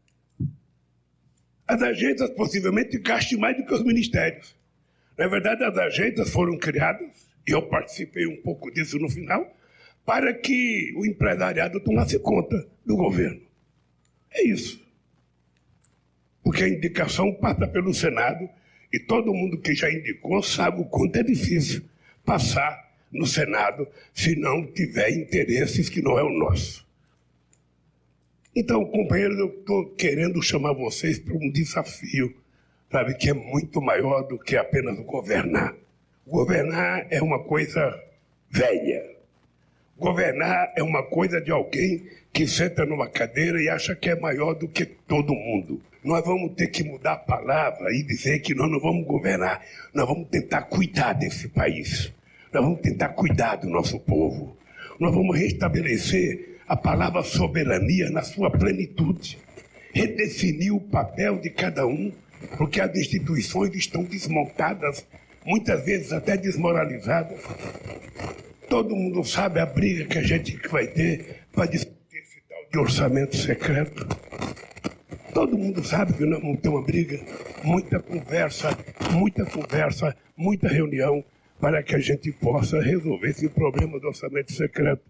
As agências possivelmente gastam mais do que os ministérios. Na verdade, as agências foram criadas, e eu participei um pouco disso no final, para que o empresariado tomasse conta do governo. É isso. Porque a indicação passa pelo Senado, e todo mundo que já indicou sabe o quanto é difícil passar no Senado se não tiver interesses que não é o nosso. Então, companheiros, eu estou querendo chamar vocês para um desafio, que é muito maior do que apenas governar. Governar é uma coisa velha. Governar é uma coisa de alguém que senta numa cadeira e acha que é maior do que todo mundo. Nós vamos ter que mudar a palavra e dizer que nós não vamos governar. Nós vamos tentar cuidar desse país. Nós vamos tentar cuidar do nosso povo. Nós vamos restabelecer a palavra soberania na sua plenitude. Redefinir o papel de cada um, porque as instituições estão desmontadas, muitas vezes até desmoralizadas. Todo mundo sabe a briga que a gente vai ter para discutir esse tal de orçamento secreto. Todo mundo sabe que nós vamos ter uma briga, muita conversa, muita reunião, para que a gente possa resolver esse problema do orçamento secreto.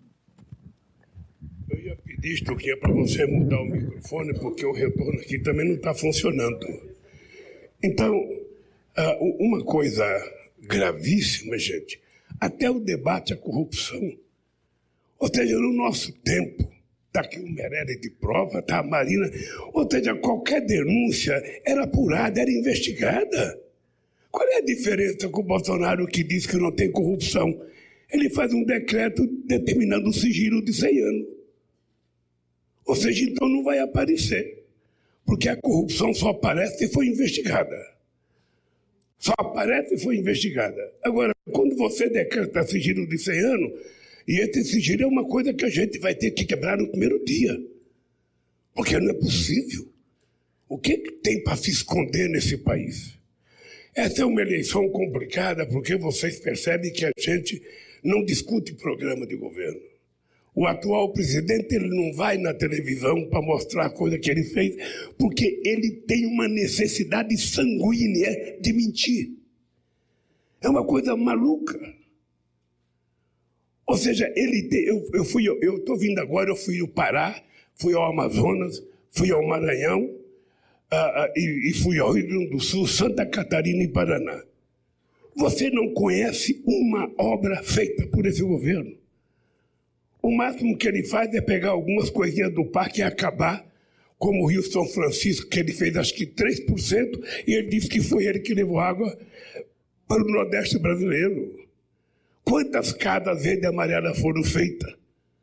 Eu ia pedir, Stuquinha, para você mudar o microfone, porque o retorno aqui também não está funcionando. Então, uma coisa gravíssima, gente, até o debate à corrupção. Ou seja, no nosso tempo, está aqui o Meirelles de prova, está a Marina, ou seja, qualquer denúncia era apurada, era investigada. Qual é a diferença com o Bolsonaro, que diz que não tem corrupção? Ele faz um decreto determinando o sigilo de 100 anos. Ou seja, então não vai aparecer, porque a corrupção só aparece se for investigada. Só aparece se for investigada. Agora, quando você decreta sigilo de 100 anos, e esse sigilo é uma coisa que a gente vai ter que quebrar no primeiro dia. Porque não é possível. O que tem para se esconder nesse país? Essa é uma eleição complicada porque vocês percebem que a gente não discute programa de governo. O atual presidente ele não vai na televisão para mostrar a coisa que ele fez, porque ele tem uma necessidade sanguínea de mentir. É uma coisa maluca. Ou seja, eu estou vindo agora, eu fui ao Pará, fui ao Amazonas, fui ao Maranhão, e fui ao Rio Grande do Sul, Santa Catarina e Paraná. Você não conhece uma obra feita por esse governo. O máximo que ele faz é pegar algumas coisinhas do parque e acabar, como o Rio São Francisco, que ele fez acho que 3%, e ele disse que foi ele que levou água para o Nordeste brasileiro. Quantas casas verde e amarela foram feitas?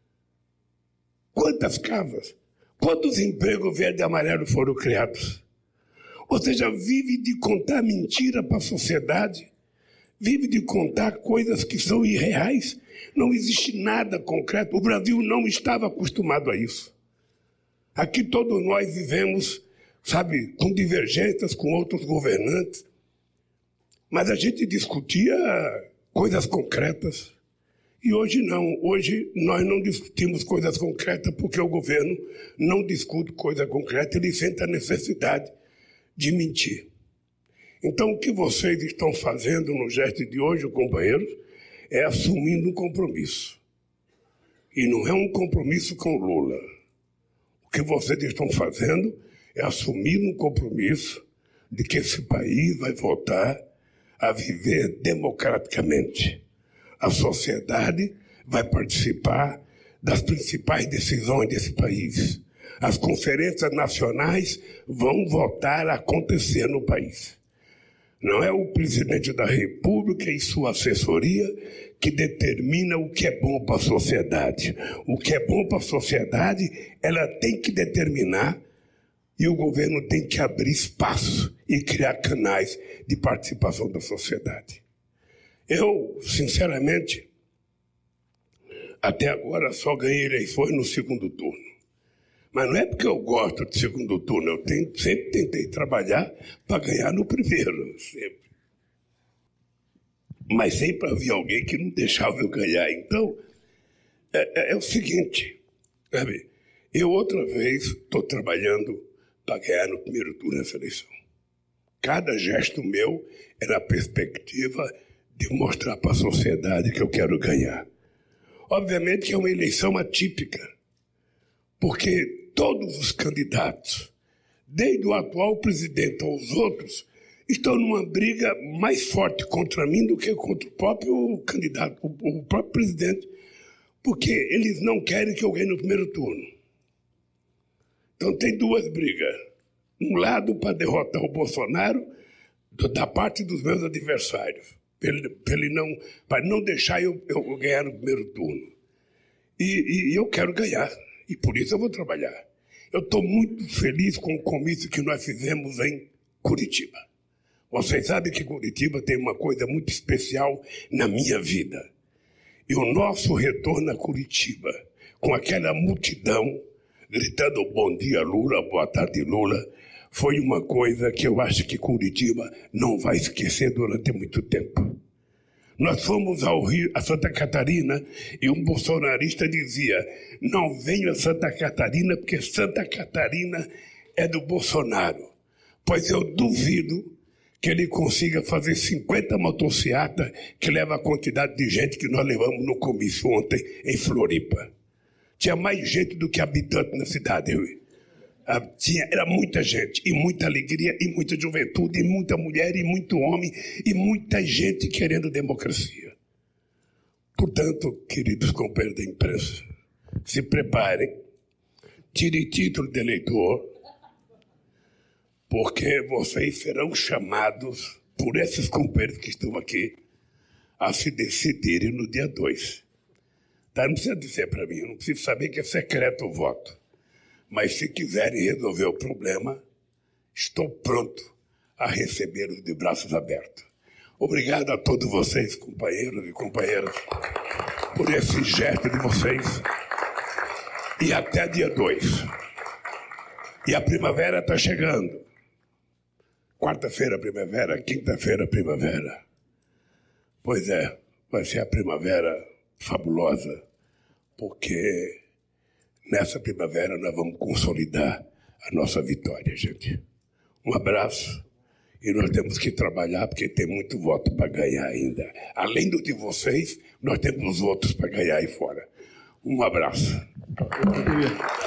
Quantas casas? Quantos empregos verde e amarelo foram criados? Ou seja, vive de contar mentira para a sociedade, vive de contar coisas que são irreais. Não existe nada concreto. O Brasil não estava acostumado a isso. Aqui todos nós vivemos, sabe, com divergências com outros governantes, mas a gente discutia coisas concretas. E hoje não. Hoje nós não discutimos coisas concretas porque o governo não discute coisa concreta, ele sente a necessidade de mentir. Então, o que vocês estão fazendo no gesto de hoje, companheiros, é assumindo um compromisso. E não é um compromisso com Lula. O que vocês estão fazendo é assumir um compromisso de que esse país vai voltar a viver democraticamente. A sociedade vai participar das principais decisões desse país. As conferências nacionais vão voltar a acontecer no país. Não é o presidente da República e sua assessoria que determina o que é bom para a sociedade. O que é bom para a sociedade, ela tem que determinar e o governo tem que abrir espaço e criar canais de participação da sociedade. Eu, sinceramente, até agora só ganhei eleições no segundo turno. Mas não é porque eu gosto de segundo turno, eu sempre tentei trabalhar para ganhar no primeiro, sempre. Mas sempre havia alguém que não deixava eu ganhar. Então, é o seguinte, sabe? Eu outra vez estou trabalhando para ganhar no primeiro turno essa eleição. Cada gesto meu é na perspectiva de mostrar para a sociedade que eu quero ganhar. Obviamente que é uma eleição atípica, porque todos os candidatos, desde o atual presidente aos outros, estão numa briga mais forte contra mim do que contra o próprio candidato, o próprio presidente, porque eles não querem que eu ganhe no primeiro turno. Então tem duas brigas. Um lado para derrotar o Bolsonaro, da parte dos meus adversários, para não deixar eu ganhar no primeiro turno. E eu quero ganhar. E por isso eu vou trabalhar. Eu estou muito feliz com o comício que nós fizemos em Curitiba. Vocês sabem que Curitiba tem uma coisa muito especial na minha vida. E o nosso retorno a Curitiba, com aquela multidão gritando bom dia Lula, boa tarde Lula, foi uma coisa que eu acho que Curitiba não vai esquecer durante muito tempo. Nós fomos ao Rio, a Santa Catarina, e um bolsonarista dizia, não venho a Santa Catarina porque Santa Catarina é do Bolsonaro. Pois eu duvido que ele consiga fazer 50 motocicletas que leva a quantidade de gente que nós levamos no comício ontem em Floripa. Tinha mais gente do que habitante na cidade. Era muita gente, e muita alegria, e muita juventude, e muita mulher, e muito homem, e muita gente querendo democracia. Portanto, queridos companheiros da imprensa, se preparem, tirem título de eleitor, porque vocês serão chamados por esses companheiros que estão aqui a se decidirem no dia 2. Tá? Não precisa dizer para mim, eu não preciso saber que é secreto o voto. Mas se quiserem resolver o problema, estou pronto a recebê-los de braços abertos. Obrigado a todos vocês, companheiros e companheiras, por esse gesto de vocês. E até dia 2. E a primavera está chegando. quarta-feira primavera, quinta-feira primavera. Pois é, vai ser a primavera fabulosa, porque nessa primavera nós vamos consolidar a nossa vitória, gente. Um abraço. E nós temos que trabalhar, porque tem muito voto para ganhar ainda. Além do de vocês, nós temos outros para ganhar aí fora. Um abraço.